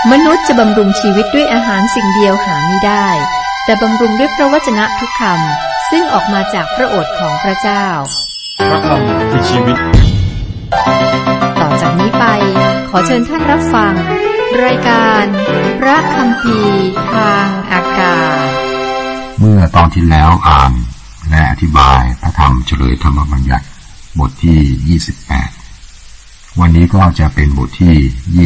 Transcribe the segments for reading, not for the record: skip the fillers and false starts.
มนุษย์จะบำรุงชีวิตด้วยอาหารสิ่งเดียวหาไม่ได้แต่บำรุงด้วยพระวจนะทุกคำซึ่งออกมาจากพระโอษฐ์ของพระเจ้าพระคำคือชีวิตต่อจากนี้ไปขอเชิญท่านรับฟังรายการพระคัมภีร์ทางอากาศเมื่อตอนที่แล้วอ่านและอธิบายพระธรรมเฉลยธรรมบัญญัติบทที่28วันนี้ก็จะเป็นบทที่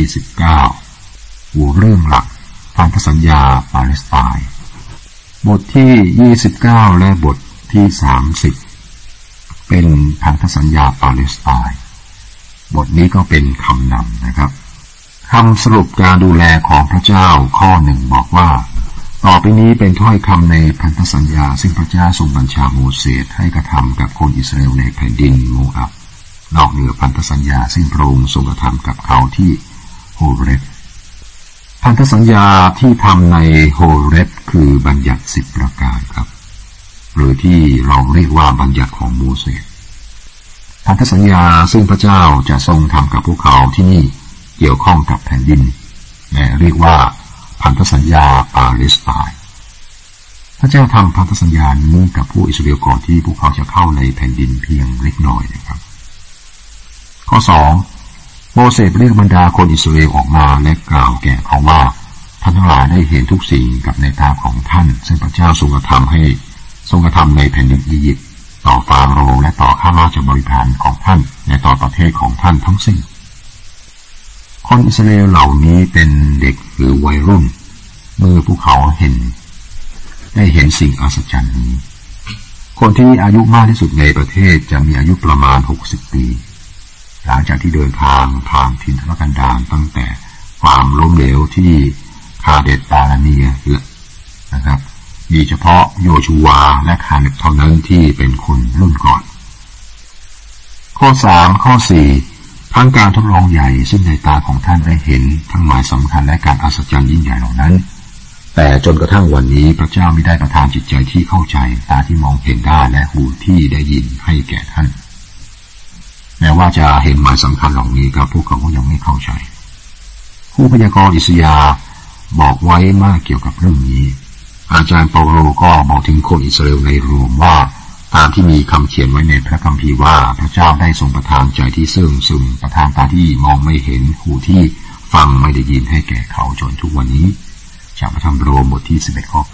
29หัวเรื่องหลักพันธสัญญาปาเลสไตน์บทที่29และบทที่30เป็นพันธสัญญาปาเลสไตน์บทนี้ก็เป็นคำนำนะครับคำสรุปการดูแลของพระเจ้าข้อหนึ่งบอกว่าต่อไปนี้เป็นถ้อยคำในพันธสัญญาซึ่งพระเจ้าทรงบัญชาโมเสสให้กระทำกับคนอิสราเอลในแผ่นดินโมอับนอกเหนือพันธสัญญาซึ่งพระองค์ทรงกระทำกับเขาที่โฮเรบพันธสัญญาที่ทำในโฮเรบคือบัญญัติ10ประการครับหรือที่เราเรียกว่าบัญญัติของโมเสสพันธสัญญาซึ่งพระเจ้าจะทรงทำกับพวกเขาที่นี่เกี่ยวข้องกับแผ่นดินและเรียกว่าพันธสัญญาปาเลสไตน์พระเจ้าทำพันธสัญญานี้กับผู้อิสราเอลก่อนที่พวกเขาจะเข้าในแผ่นดินเพียงเล็กน้อยนะครับข้อ2โมเสสเรียกบรรดาคนอิสราเอลออกมาและกล่าวแก่เขาว่าท่านทั้งหลายได้เห็นทุกสิ่งกับในตาของท่านซึ่งพระเจ้าทรงกระทำในแผ่นดินอียิปต์ต่อฟาโรห์และต่อข้าราชบริพารของท่านและต่อประเทศของท่านทั้งสิ้นคนอิสราเอลเหล่านี้เป็นเด็กหรือวัยรุ่นเมื่อพวกเขาได้เห็นสิ่งอัศจรรย์นี้คนที่อายุมากที่สุดในประเทศจะมีอายุประมาณ60ปีหลังจากที่เดินทางผ่านถิ่นทุรกันดารตั้งแต่ความล้มเหลวที่คาเดตบาราเนียนะครับมีเฉพาะโยชูวาและคาเลบเท่านั้นที่เป็นคนรุ่นก่อนข้อ3ข้อ4ทั้งการทดลองใหญ่ซึ่งในตาของท่านได้เห็นทั้งหมายสำคัญและการอัศจรรย์ยิ่งใหญ่เหล่านั้นแต่จนกระทั่งวันนี้พระเจ้าไม่ได้ประทานจิตใจที่เข้าใจตาที่มองเห็นได้และหูที่ได้ยินให้แก่ท่านแม้ว่าจะเห็นหมายสำคัญเหล่านี้ครับพวกเขาก็ยังไม่เข้าใจผู้พยากรณ์อิสยาห์บอกไว้มากเกี่ยวกับเรื่องนี้อาจารย์เปาโลก็บอกถึงคนอิสราเอลในโรมว่าตามที่มีคำเขียนไว้ในพระคัมภีร์ว่าพระเจ้าได้ทรงประทานใจที่เสื่อมซึมประทานตาที่มองไม่เห็นหูที่ฟังไม่ได้ยินให้แก่เขาจนทุกวันนี้จากพระธรรมโรมบทที่11ข้อ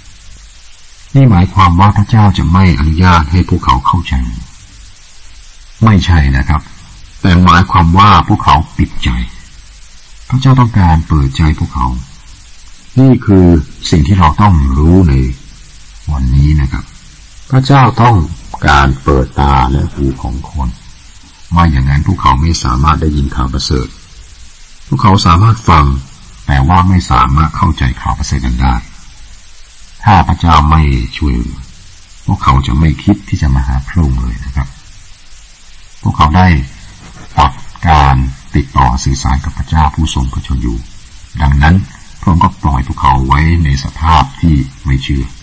8นี่หมายความว่าพระเจ้าจะไม่อนุญาตให้พวกเขาเข้าใจไม่ใช่นะครับแต่หมายความว่าพวกเขาปิดใจพระเจ้าต้องการเปิดใจพวกเขานี่คือสิ่งที่เราต้องรู้ในวันนี้นะครับพระเจ้าต้องการเปิดตาและหูของคนไม่อย่างนั้นพวกเขาไม่สามารถได้ยินข่าวประเสริฐพวกเขาสามารถฟังแต่ว่าไม่สามารถเข้าใจข่าวประเสริฐนั้นได้ถ้าพระเจ้าไม่ช่วยพวกเขาจะไม่คิดที่จะมาหาพระองค์เลยนะครับพวกเขาได้ตัดการติดต่อสื่อสารกับพระเจ้าผู้ทรงพระชนอยู่ดังนั้นพระองค์ก็ปล่อยพวกเขาไว้ในสภาพที่ไม่เชื่อ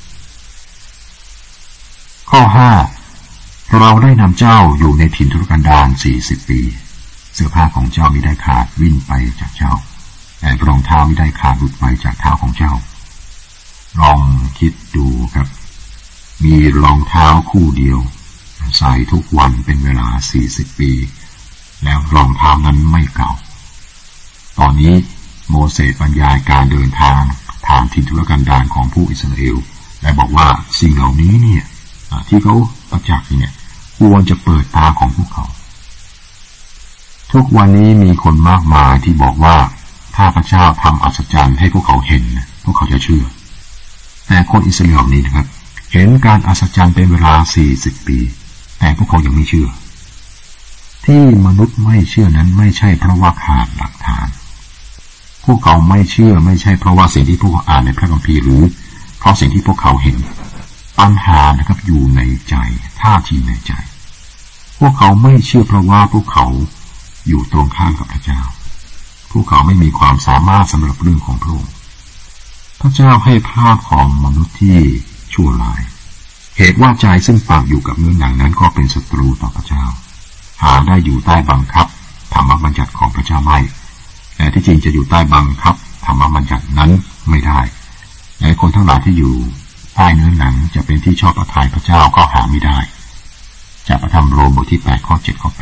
ข้อ5เราได้นำเจ้าอยู่ในถิ่นทุรกันดาร40ปีเสื้อผ้าของเจ้ามิได้ขาดวิ่นไปจากเจ้าแต่รองเท้ามิได้ขาดหลุดไปจากเท้าของเจ้าลองคิดดูครับมีรองเท้าคู่เดียวใส่ทุกวันเป็นเวลา40ปีแล้วรองเท้านั้นไม่เก่าตอนนี้โมเสสบรรยายการเดินทางผ่านถิ่นทุรกันดารของผู้อิสราเอลและบอกว่าสิ่งเหล่านี้เนี่ยที่เขาประจักษ์เนี่ยควรจะเปิดตาของพวกเขาทุกวันนี้มีคนมากมายที่บอกว่าถ้าพระเจ้าทำอัศจรรย์ให้พวกเขาเห็นพวกเขาจะเชื่อแต่คนอิสราเอลนี้นะครับเห็นการอัศจรรย์เป็นเวลา40ปีแต่พวกเขายังไม่เชื่อที่มนุษย์ไม่เชื่อนั้นไม่ใช่เพราะว่าขาดหลักฐานพวกเขาไม่เชื่อไม่ใช่เพราะว่าสิ่งที่พวกเขาอ่านในพระคัมภีร์หรือเพราะสิ่งที่พวกเขาเห็นปัญหานะครับอยู่ในใจท่าทีในใจพวกเขาไม่เชื่อเพราะว่าพวกเขาอยู่ตรงข้ามกับพระเจ้าพวกเขาไม่มีความสามารถสำหรับเรื่องของพระองค์พระเจ้าให้ภาพของมนุษย์ที่ชั่วร้ายเหตุว่าใจซึ่งฝังอยู่กับเนื้อหนังนั้นก็เป็นศัตรูต่อพระเจ้าหาได้อยู่ใต้บังคับธรรมบัญญัติของพระเจ้าไม่แต่ที่จริงจะอยู่ใต้บังคับธรรมบัญญัตินั้นไม่ได้และคนทั้งหลายที่อยู่ใต้เนื้อหนังจะเป็นที่ชอบพระทัยพระเจ้าก็หาไม่ได้จากพระธรรมโรมบทที่8ข้อ7ข้อ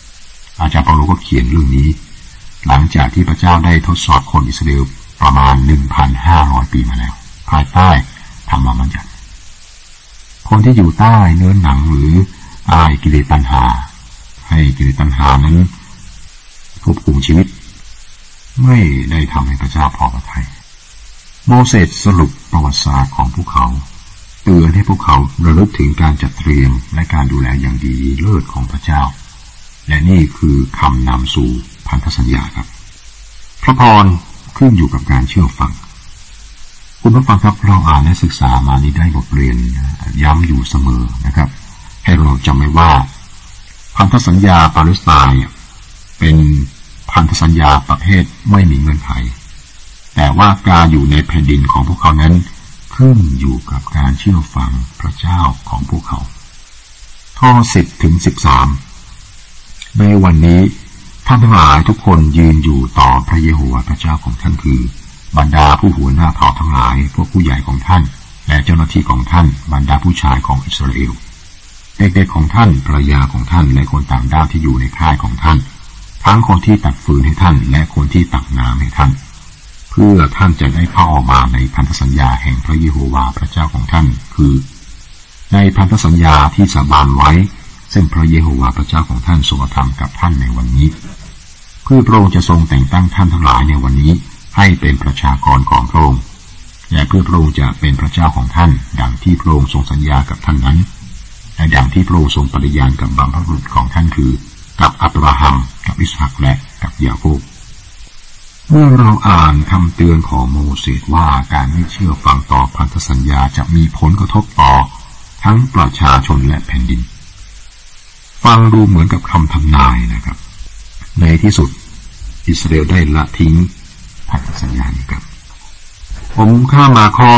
8อาจารย์เปาโลก็เขียนเรื่องนี้หลังจากที่พระเจ้าได้ทดสอบคนอิสราเอลประมาณ 1,500 ปีมาแล้วภายใต้ธรรมบัญญัติคนที่อยู่ใต้เนื้อหนังหรืออายกิเลสตัณหาให้กิเลสตัณหานั้นควบคุมชีวิตไม่ได้ทำให้พระเจ้าพอพระทัยโมเสสสรุปประวัติศาสตร์ของพวกเขาเตือนให้พวกเขาระลึกถึงการจัดเตรียมและการดูแลอย่างดีเลิศของพระเจ้าและนี่คือคำนำสู่พันธสัญญาครับพระพรขึ้นอยู่กับการเชื่อฟังคุณผู้ฟังครับเราอ่านและศึกษามานี้ได้บทเรียนย้ำอยู่เสมอนะครับให้เราจำไว้ว่าพันธสัญญาปาเลสไตน์เป็นพันธสัญญาประเภทไม่มีเงื่อนไขแต่ว่าการอยู่ในแผ่นดินของพวกเขานั้นขึ้นอยู่กับการเชื่อฟังพระเจ้าของพวกเขาข้อ10ถึง13ในวันนี้ท่านทั้งหลายทุกคนยืนอยู่ต่อพระเยโฮวาห์พระเจ้าของท่านคือบรรดาผู้หัวหน้าเผ่าทั้งหลายพวกผู้ใหญ่ของท่านและเจ้าหน้าที่ของท่านบรรดาผู้ชายของอิสราเอลเด็กๆของท่านภรรยาของท่านและคนต่างด้าวที่อยู่ในค่ายของท่านทั้งคนที่ตักฟืนให้ท่านและคนที่ตักน้ำให้ท่านเพื่อท่านจะได้เข้าออกมาในพันธสัญญาแห่งพระเยโฮวาห์พระเจ้าของท่านคือในพันธสัญญาที่สาบานไว้ซึ่งพระเยโฮวาห์พระเจ้าของท่านทรงกระทำกับท่านในวันนี้เพื่อพระองค์จะทรงแต่งตั้งท่านทั้งหลายในวันนี้ให้เป็นประชากรของพระองค์และเพื่อพระองค์จะเป็นพระเจ้าของท่านดังที่พระองค์ทรงสัญญากับท่านนั้นและดังที่พระองค์ทรงปฏิญาณกับบรรพบุรุษของท่านคือกับอับราฮัมกับอิสฮักและกับยาโคบเมื่อเราอ่านคำเตือนของโมเสสว่าการไม่เชื่อฟังต่อพันธสัญญาจะมีผลกระทบต่อทั้งประชาชนและแผ่นดินฟังดูเหมือนกับคำทำนายนะครับในที่สุดอิสราเอลได้ละทิ้งพันธสัญญานี้ครับผมข้ามาข้อ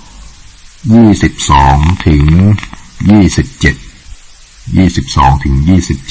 22ถึง22ถึง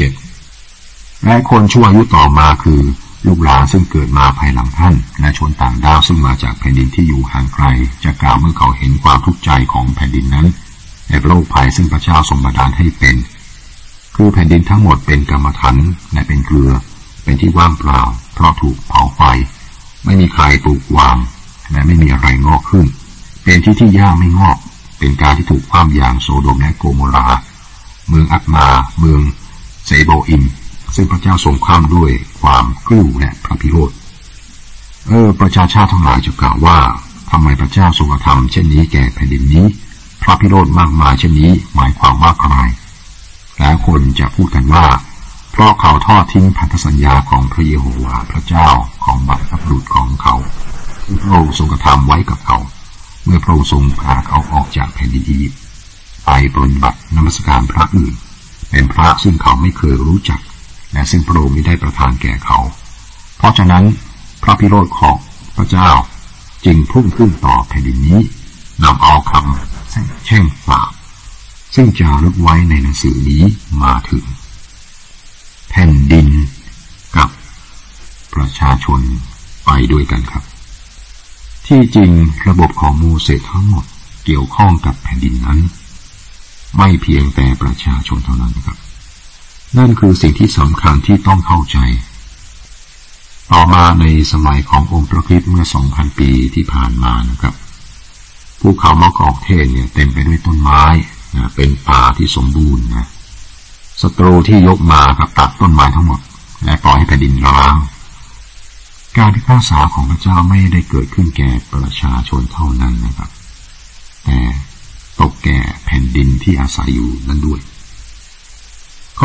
27และคนชั่วอายุต่อมาคือลูกหลานซึ่งเกิดมาภายหลังท่านและชนต่างดาวซึ่งมาจากแผ่นดินที่อยู่ห่างไกลจะกล่าวเมื่อเขาเห็นความทุกข์ใจของแผ่นดินนั้นและโรคภัยซึ่งพระเจ้าทรงบันดาลให้เป็นคือแผ่นดินทั้งหมดเป็นกรรมฐานและเป็นเกลือเป็นที่ว่างเปล่าเพราะถูกเผาไฟไม่มีใครปลูกวางและไม่มีอะไรงอกขึ้นเป็นที่ที่หญ้าไม่งอกเป็นการที่ถูกคว่ำอย่างโซโดมและโกโมราเมืองอัดมาเมืองเซโบอิมซึ่งพระเจ้าทรงคว่ำด้วยความกลิ้วและพระพิโรธประชาชาติทั้งหลายจะกล่าวว่าทำไมพระเจ้าทรงกระทำเช่นนี้แก่แผ่นดินนี้พระพิโรธมากมายเช่นนี้หมายความว่าอะไรและคนจะพูดกันว่าเพราะเขาทอดทิ้งพันธสัญญาของพระเยโฮวาห์พระเจ้าของบรรพบุรุษของเขาที่พระองค์ทรงกระทำไว้กับเขาเมื่อพระองค์ทรงพาเขาออกจากแผ่นดินอียิปต์ไปปฏิบัตินมัสการพระอื่นเป็นพระซึ่งเขาไม่เคยรู้จักและซึ่งพระองค์ไม่ได้ประทานแก่เขาเพราะฉะนั้นพระพิโรธของพระเจ้าจึงพุ่งขึ้นต่อแผ่นดินนี้นำเอาคำแช่งสาปซึ่งจารึกไว้ในหนังสือนี้มาถึงแผ่นดินกับประชาชนไปด้วยกันครับที่จริงระบบของโมเสสทั้งหมดเกี่ยวข้องกับแผ่นดินนั้นไม่เพียงแต่ประชาชนเท่านั้นครับนั่นคือสิ่งที่สำคัญที่ต้องเข้าใจต่อมาในสมัยขององค์พระคริสต์เมื่อ 2,000 ปีที่ผ่านมานะครับภูเขามะกอกเทศเนี่ยเต็มไปด้วยต้นไม้นะเป็นป่าที่สมบูรณ์นะศัตรูที่ยกมากับตัดต้นไม้ทั้งหมดและปล่อยให้แผ่นดินร้างการพิพากษาของพระเจ้าไม่ได้เกิดขึ้นแก่ประชาชนเท่านั้นนะครับแต่ตกแก่แผ่นดินที่อาศัยอยู่นั้นด้วยข้อ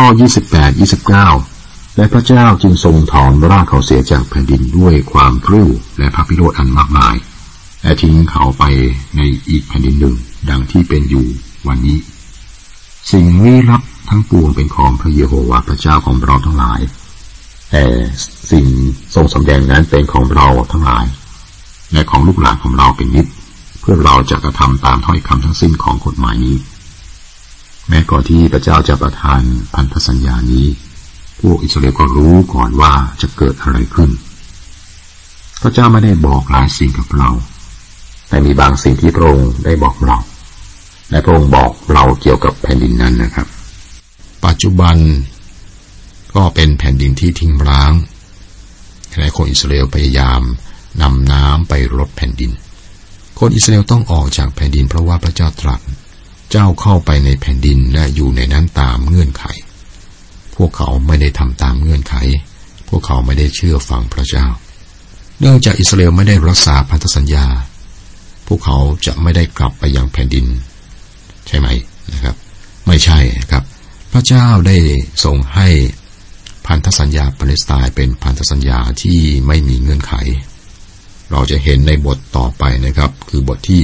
28-29และพระเจ้าจึงทรงถอนรากเขาเสียจากแผ่นดินด้วยความกริ้วและพระพิโรธอันมากมายและทิ้งเขาไปในอีกแผ่นดินหนึ่งดังที่เป็นอยู่วันนี้สิ่งลี้ลับทั้งปวงเป็นของพระเยโฮวาห์พระเจ้าของเราทั้งหลายแต่สิ่งทรงสำแดงนั้นเป็นของเราทั้งหลายและของลูกหลานของเราเป็นนิจเพื่อเราจะกระทำตามถ้อยคำทั้งสิ้นของกฎหมายนี้แม้ก่อนที่พระเจ้าจะประทานพันธสัญญานี้พวกอิสราเอลก็รู้ก่อนว่าจะเกิดอะไรขึ้นพระเจ้าไม่ได้บอกหลายสิ่งกับเราแต่มีบางสิ่งที่พระองค์ได้บอกเราและพระองค์บอกเราเกี่ยวกับแผ่นดินนั้นนะครับปัจจุบันก็เป็นแผ่นดินที่ทิ้งร้างและคนอิสราเอลพยายามนำน้ำไปรดแผ่นดินคนอิสราเอลต้องออกจากแผ่นดินเพราะว่าพระเจ้าตรัสเจ้าเข้าไปในแผ่นดินและอยู่ในนั้นตามเงื่อนไขพวกเขาไม่ได้ทำตามเงื่อนไขพวกเขาไม่ได้เชื่อฟังพระเจ้าเนื่องจากอิสราเอลไม่ได้รักษาพันธสัญญาพวกเขาจะไม่ได้กลับไปยังแผ่นดินใช่ไหมนะครับไม่ใช่ครับพระเจ้าได้ทรงให้พันธสัญญาปาเลสไตน์เป็นพันธสัญญาที่ไม่มีเงื่อนไขเราจะเห็นในบทต่อไปนะครับคือบทที่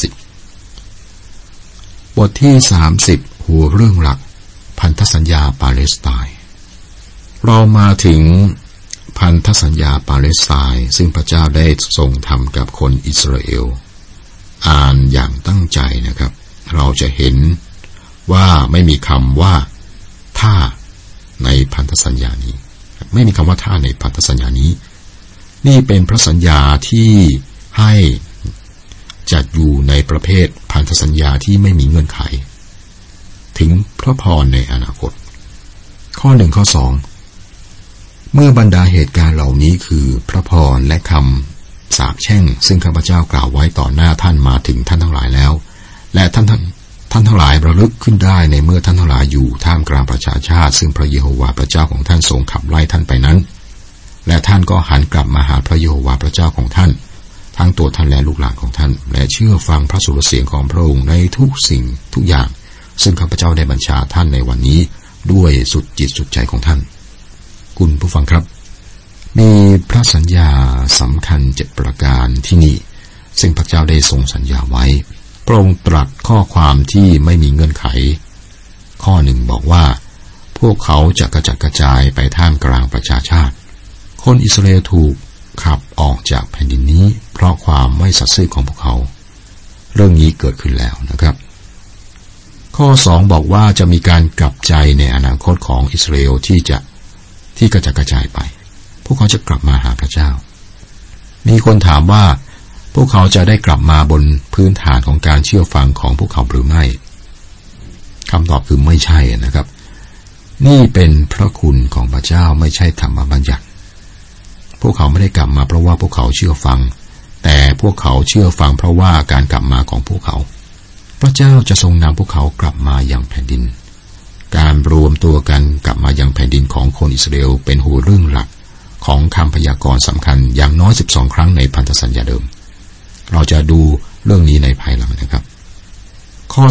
30บทที่30หัวเรื่องหลักพันธสัญญาปาเลสไตน์เรามาถึงพันธสัญญาปาเลสไตน์ซึ่งพระเจ้าได้ทรงทำกับคนอิสราเอลอ่านอย่างตั้งใจนะครับเราจะเห็นว่าไม่มีคำว่าถ้าในพันธสัญญานี้ไม่มีคำว่าถ้าในพันธสัญญานี้นี่เป็นพระสัญญาที่ให้จัดอยู่ในประเภทพันธสัญญาที่ไม่มีเงื่อนไขถึงพระพรในอนาคตข้อ1ข้อ2เมื่อบรรดาเหตุการณ์เหล่านี้คือพระพรและคำสาปแช่งซึ่งข้าพเจ้ากล่าวไว้ต่อหน้าท่านมาถึงท่านทั้งหลายแล้วและท่านทั้งหลายระลึกขึ้นได้ในเมื่อท่านทั้งหลายอยู่ท่ามกลางประชาชาติซึ่งพระเยโฮวาห์พระเจ้าของท่านทรงขับไล่ท่านไปนั้นและท่านก็หันกลับมาหาพระเยโฮวาห์พระเจ้าของท่านทั้งตัวท่านและลูกหลานของท่านและเชื่อฟังพระสุรเสียงของพระองค์ในทุกสิ่งทุกอย่างซึ่งข้าพเจ้าได้บัญชาท่านในวันนี้ด้วยสุดจิตสุดใจของท่านคุณผู้ฟังครับมีพระสัญญาสำคัญ7ประการที่นี่ซึ่งพระเจ้าได้ทรงสัญญาไว้พระองค์ตรัสข้อความที่ไม่มีเงื่อนไขข้อ1บอกว่าพวกเขาจะกระจัดกระจายไปท่ามกลางประชาชาติคนอิสราเอลถูกขับออกจากแผ่นดินนี้เพราะความไม่สัตย์ซื่อของพวกเขาเรื่องนี้เกิดขึ้นแล้วนะครับข้อ2บอกว่าจะมีการกลับใจในอนาคตของอิสราเอลที่กระจัดกระจายไปพวกเขาจะกลับมาหาพระเจ้ามีคนถามว่าพวกเขาจะได้กลับมาบนพื้นฐานของการเชื่อฟังของพวกเขาหรือไม่คำตอบคือไม่ใช่นะครับนี่เป็นพระคุณของพระเจ้าไม่ใช่ธรรมบัญญัติพวกเขาไม่ได้กลับมาเพราะว่าพวกเขาเชื่อฟังแต่พวกเขาเชื่อฟังเพราะว่าการกลับมาของพวกเขาพระเจ้าจะทรงนำพวกเขากลับมายังแผ่นดินการรวมตัวกันกลับมายังแผ่นดินของคนอิสราเอลเป็นหัวเรื่องหลักของคำพยากรณ์สำคัญอย่างน้อย12ครั้งในพันธสัญญาเดิมเราจะดูเรื่องนี้ในภายหลังนะครับข้อ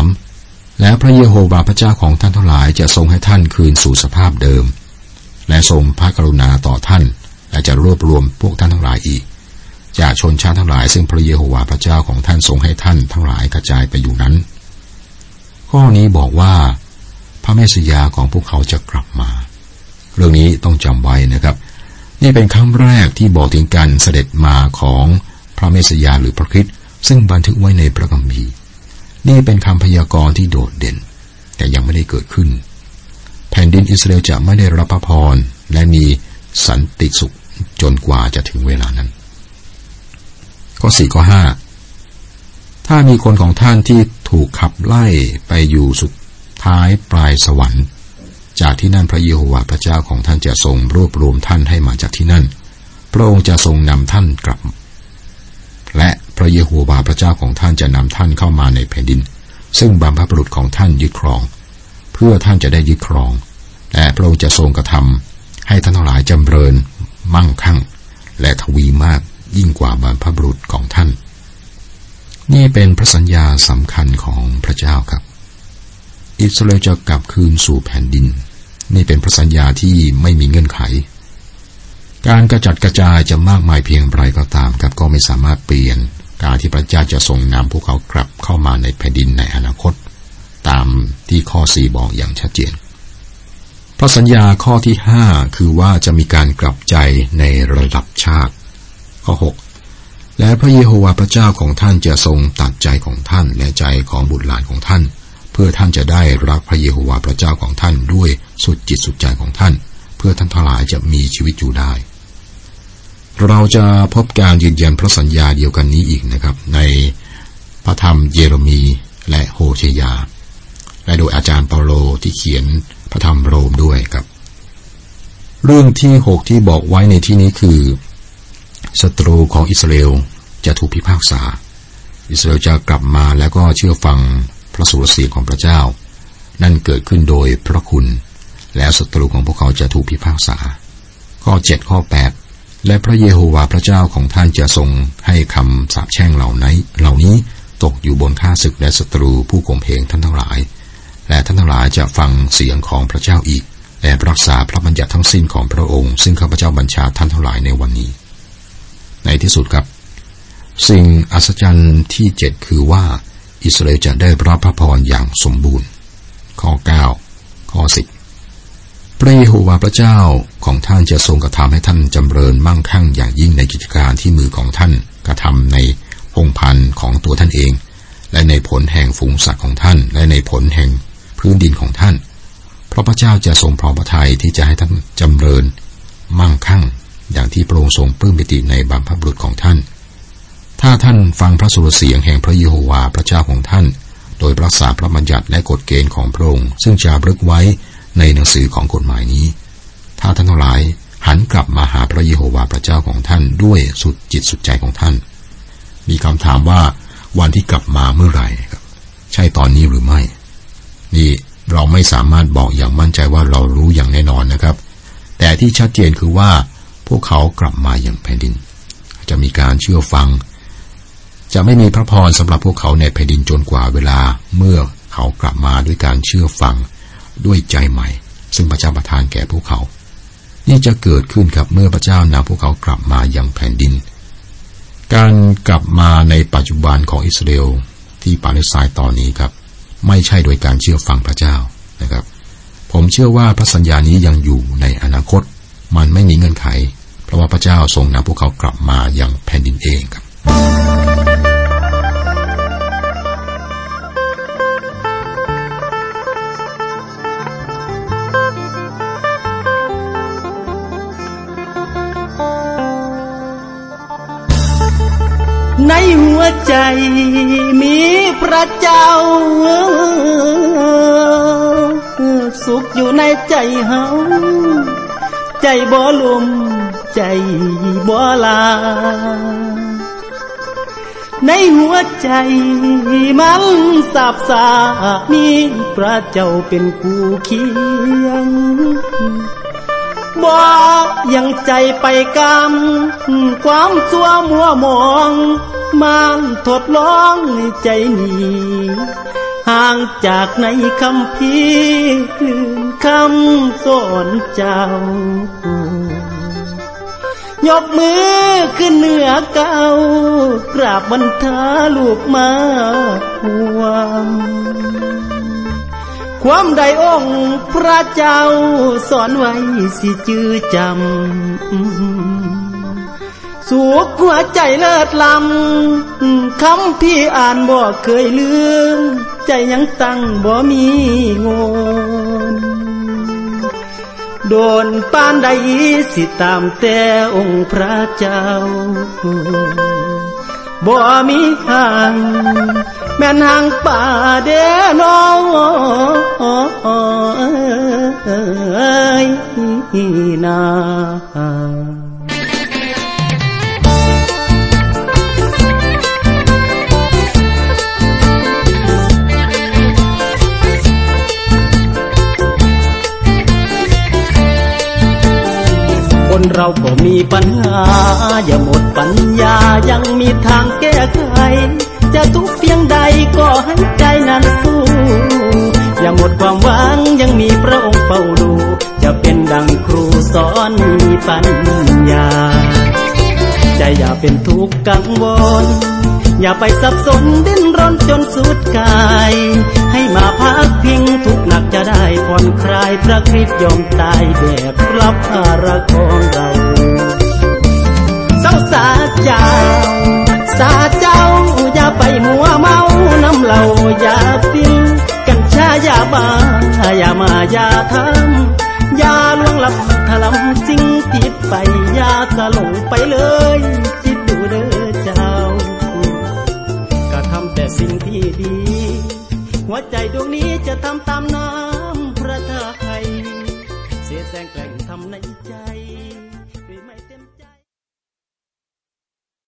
3และพระเยโฮวาห์พระเจ้าของท่านทั้งหลายจะทรงให้ท่านคืนสู่สภาพเดิมและทรงพระกรุณาต่อท่านและจะรวบรวมพวกท่านทั้งหลายอีกจากชนชาติทั้งหลายซึ่งพระเยโฮวาห์พระเจ้าของท่านทรงให้ท่านทั้งหลายกระจายไปอยู่นั้นข้อนี้บอกว่าพระเมสสิยาของพวกเขาจะกลับมาเรื่องนี้ต้องจำไว้นะครับนี่เป็นครั้งแรกที่บอกถึงการเสด็จมาของพระเมสสิยาหรือพระคริสต์ซึ่งบันทึกไว้ในพระคัมภีร์นี่เป็นคำพยากรณ์ที่โดดเด่นแต่ยังไม่ได้เกิดขึ้นแผ่นดินอิสราเอลจะไม่ได้รับพระพรและมีสันติสุขจนกว่าจะถึงเวลานั้นข้อ4ข้อ5ถ้ามีคนของท่านที่ถูกขับไล่ไปอยู่สุดท้ายปลายสวรรค์จากที่นั่นพระเยโฮวาห์พระเจ้าของท่านจะทรงรวบรวมท่านให้มาจากที่นั่นพระองค์จะทรงนำท่านกลับและพระเยโฮวาห์พระเจ้าของท่านจะนำท่านเข้ามาในแผ่นดินซึ่งบรรพบุรุษของท่านยึดครองเพื่อท่านจะได้ยึดครองและพระองค์จะทรงกระทำให้ท่านทั้งหลายจำเริญมั่งคั่งและทวีมากยิ่งกว่าบรรพบุรุษของท่านนี่เป็นพระสัญญาสำคัญของพระเจ้าครับอิสราเอลจะกลับคืนสู่แผ่นดินนี่เป็นพระสัญญาที่ไม่มีเงื่อนไขการกระจัดกระจายจะมากมายเพียงไรก็ตามครับก็ไม่สามารถเปลี่ยนการที่พระเจ้าจะทรงนำพวกเขากลับเข้ามาในแผ่นดินในอนาคตตามที่ข้อ4บอกอย่างชัดเจนพระสัญญาข้อที่5คือว่าจะมีการกลับใจในระดับชาติข้อ6และพระเยโฮวาห์พระเจ้าของท่านจะทรงตัดใจของท่านและใจของบุตรหลานของท่านเพื่อท่านจะได้รักพระเยโฮวาห์พระเจ้าของท่านด้วยสุดจิตสุดใจของท่านเพื่อท่านทั้งหลายจะมีชีวิตอยู่ได้เราจะพบการยืนยันพระสัญญาเดียวกันนี้อีกนะครับในพระธรรมเยเรมีและโฮเชยาและโดยอาจารย์เปาโลที่เขียนพระธรรมโรมด้วยครับเรื่องที่6ที่บอกไว้ในที่นี้คือศัตรูของอิสราเอลจะถูกพิพากษาอิสราเอลจะกลับมาแล้วก็เชื่อฟังพระสุรเสียงของพระเจ้านั่นเกิดขึ้นโดยพระคุณแล้วศัตรูของพวกเขาจะถูกพิพากษาข้อ7ข้อ8และพระเยโฮวาห์พระเจ้าของท่านจะทรงให้คำสาปแช่งเหล่านี้ตกอยู่บนข้าศึกและศัตรูผู้ข่มเหงท่านทั้งหลายและท่านทั้งหลายจะฟังเสียงของพระเจ้าอีกและรักษาพระบัญญัติทั้งสิ้นของพระองค์ซึ่งข้าพเจ้าบัญชาท่านทั้งหลายในวันนี้ในที่สุดครับสิ่งอัศจรรย์ที่7คือว่าอิสราเอลจะได้รับพระพรอย่างสมบูรณ์ข้อ9ข้อ10พระเยโฮวาห์พระเจ้าของท่านจะทรงกระทำให้ท่านจำเริญมั่งคั่งอย่างยิ่งในกิจการที่มือของท่านกระทำในพงศ์พันธุ์ของตัวท่านเองและในผลแห่งฝูงสัตว์ของท่านและในผลแห่งพื้นดินของท่านเพราะพระเจ้าจะทรงพร้อมพระทัยที่จะให้ท่านจำเริญมั่งคั่งอย่างที่พระองค์ทรงปลื้มปิติในบรรพบุรุษของท่านถ้าท่านฟังพระสุรเสียงแห่งพระเยโฮวาห์พระเจ้าของท่านโดยรักษาพระบัญญัติและกฎเกณฑ์ของพระองค์ซึ่งจะบันทึกไว้ในหนังสือของกฎหมายนี้ถ้าท่านทั้งหลายหันกลับมาหาพระเยโฮวาห์พระเจ้าของท่านด้วยสุดจิตสุดใจของท่านมีคำถามว่าวันที่กลับมาเมื่อไหร่ครับใช่ตอนนี้หรือไม่นี่เราไม่สามารถบอกอย่างมั่นใจว่าเรารู้อย่างแน่นอนนะครับแต่ที่ชัดเจนคือว่าพวกเขากลับมาอย่างแผ่นดินจะมีการเชื่อฟังจะไม่มีพระพรสำหรับพวกเขาในแผ่นดินจนกว่าเวลาเมื่อเขากลับมาด้วยการเชื่อฟังด้วยใจใหม่ซึ่งพระเจ้าประทานแก่พวกเขานี่จะเกิดขึ้นครับเมื่อพระเจ้านำพวกเขากลับมายังแผ่นดินการกลับมาในปัจจุบันของอิสราเอลที่ปาเลสไตน์ตอนนี้ครับไม่ใช่โดยการเชื่อฟังพระเจ้านะครับผมเชื่อว่าพระสัญญานี้ยังอยู่ในอนาคตมันไม่มีเงื่อนไขเพราะว่าพระเจ้าทรงนำพวกเขากลับมายังแผ่นดินเองครับในหัวใจมีพระเจ้าสุขอยู่ในใจเฮาใจบ่ลมใจบ่ลาในหัวใจมันสาบสามีพระเจ้าเป็นคู่เคียงบ่ยังใจไปกำความชั่วมัวมองมันทดลองใจนี้ห่างจากในคำพีคำสอนเจ้ายกมือขึ้นเหนือเก่ากราบบรรทาลูกมาห่วงความใดองค์พระเจ้าสอนไว้สิจื้อจำสุขหัวใจเลิศล้ำคำพี่อ่านบ่เคยลืมใจยังตั้งบ่มีงนโดนปานใดสิตามแต่องค์พระเจ้าบ่มีทางแม่นห่างป่าเด้อนอนา คนเราก็มีปัญหาอย่าหมดปัญญายังมีทางแก้ไขจะทุกข์เพียงใดก็ให้ใจนั้นสู้อย่าหมดความหวังยังมีพระองค์เฝ้าดูจะเป็นดังครูสอนมีปัญญาใจอย่าเป็นทุกข์กังวลอย่าไปสับสนดิ้นรนจนสุดกายให้มาพักพิงทุกข์หนักจะได้ผ่อนคลายพระคริสต์ยอมตายแบกรับภาระของเราสาเจ้าอย่าไปมัวเมาน้ำเหล้ายาพิษกัญชายาบ้าอย่ามาอย่าทำอย่าลวงลับถลำสิ่งผิดไปอย่าสลงไปเลยคิดดูเด้อเจ้าก็ทำแต่สิ่งที่ดีหัวใจดวงนี้จะทำตามน้ำพระทัยเสียแสงแกร่งทำในใจด้วยไม่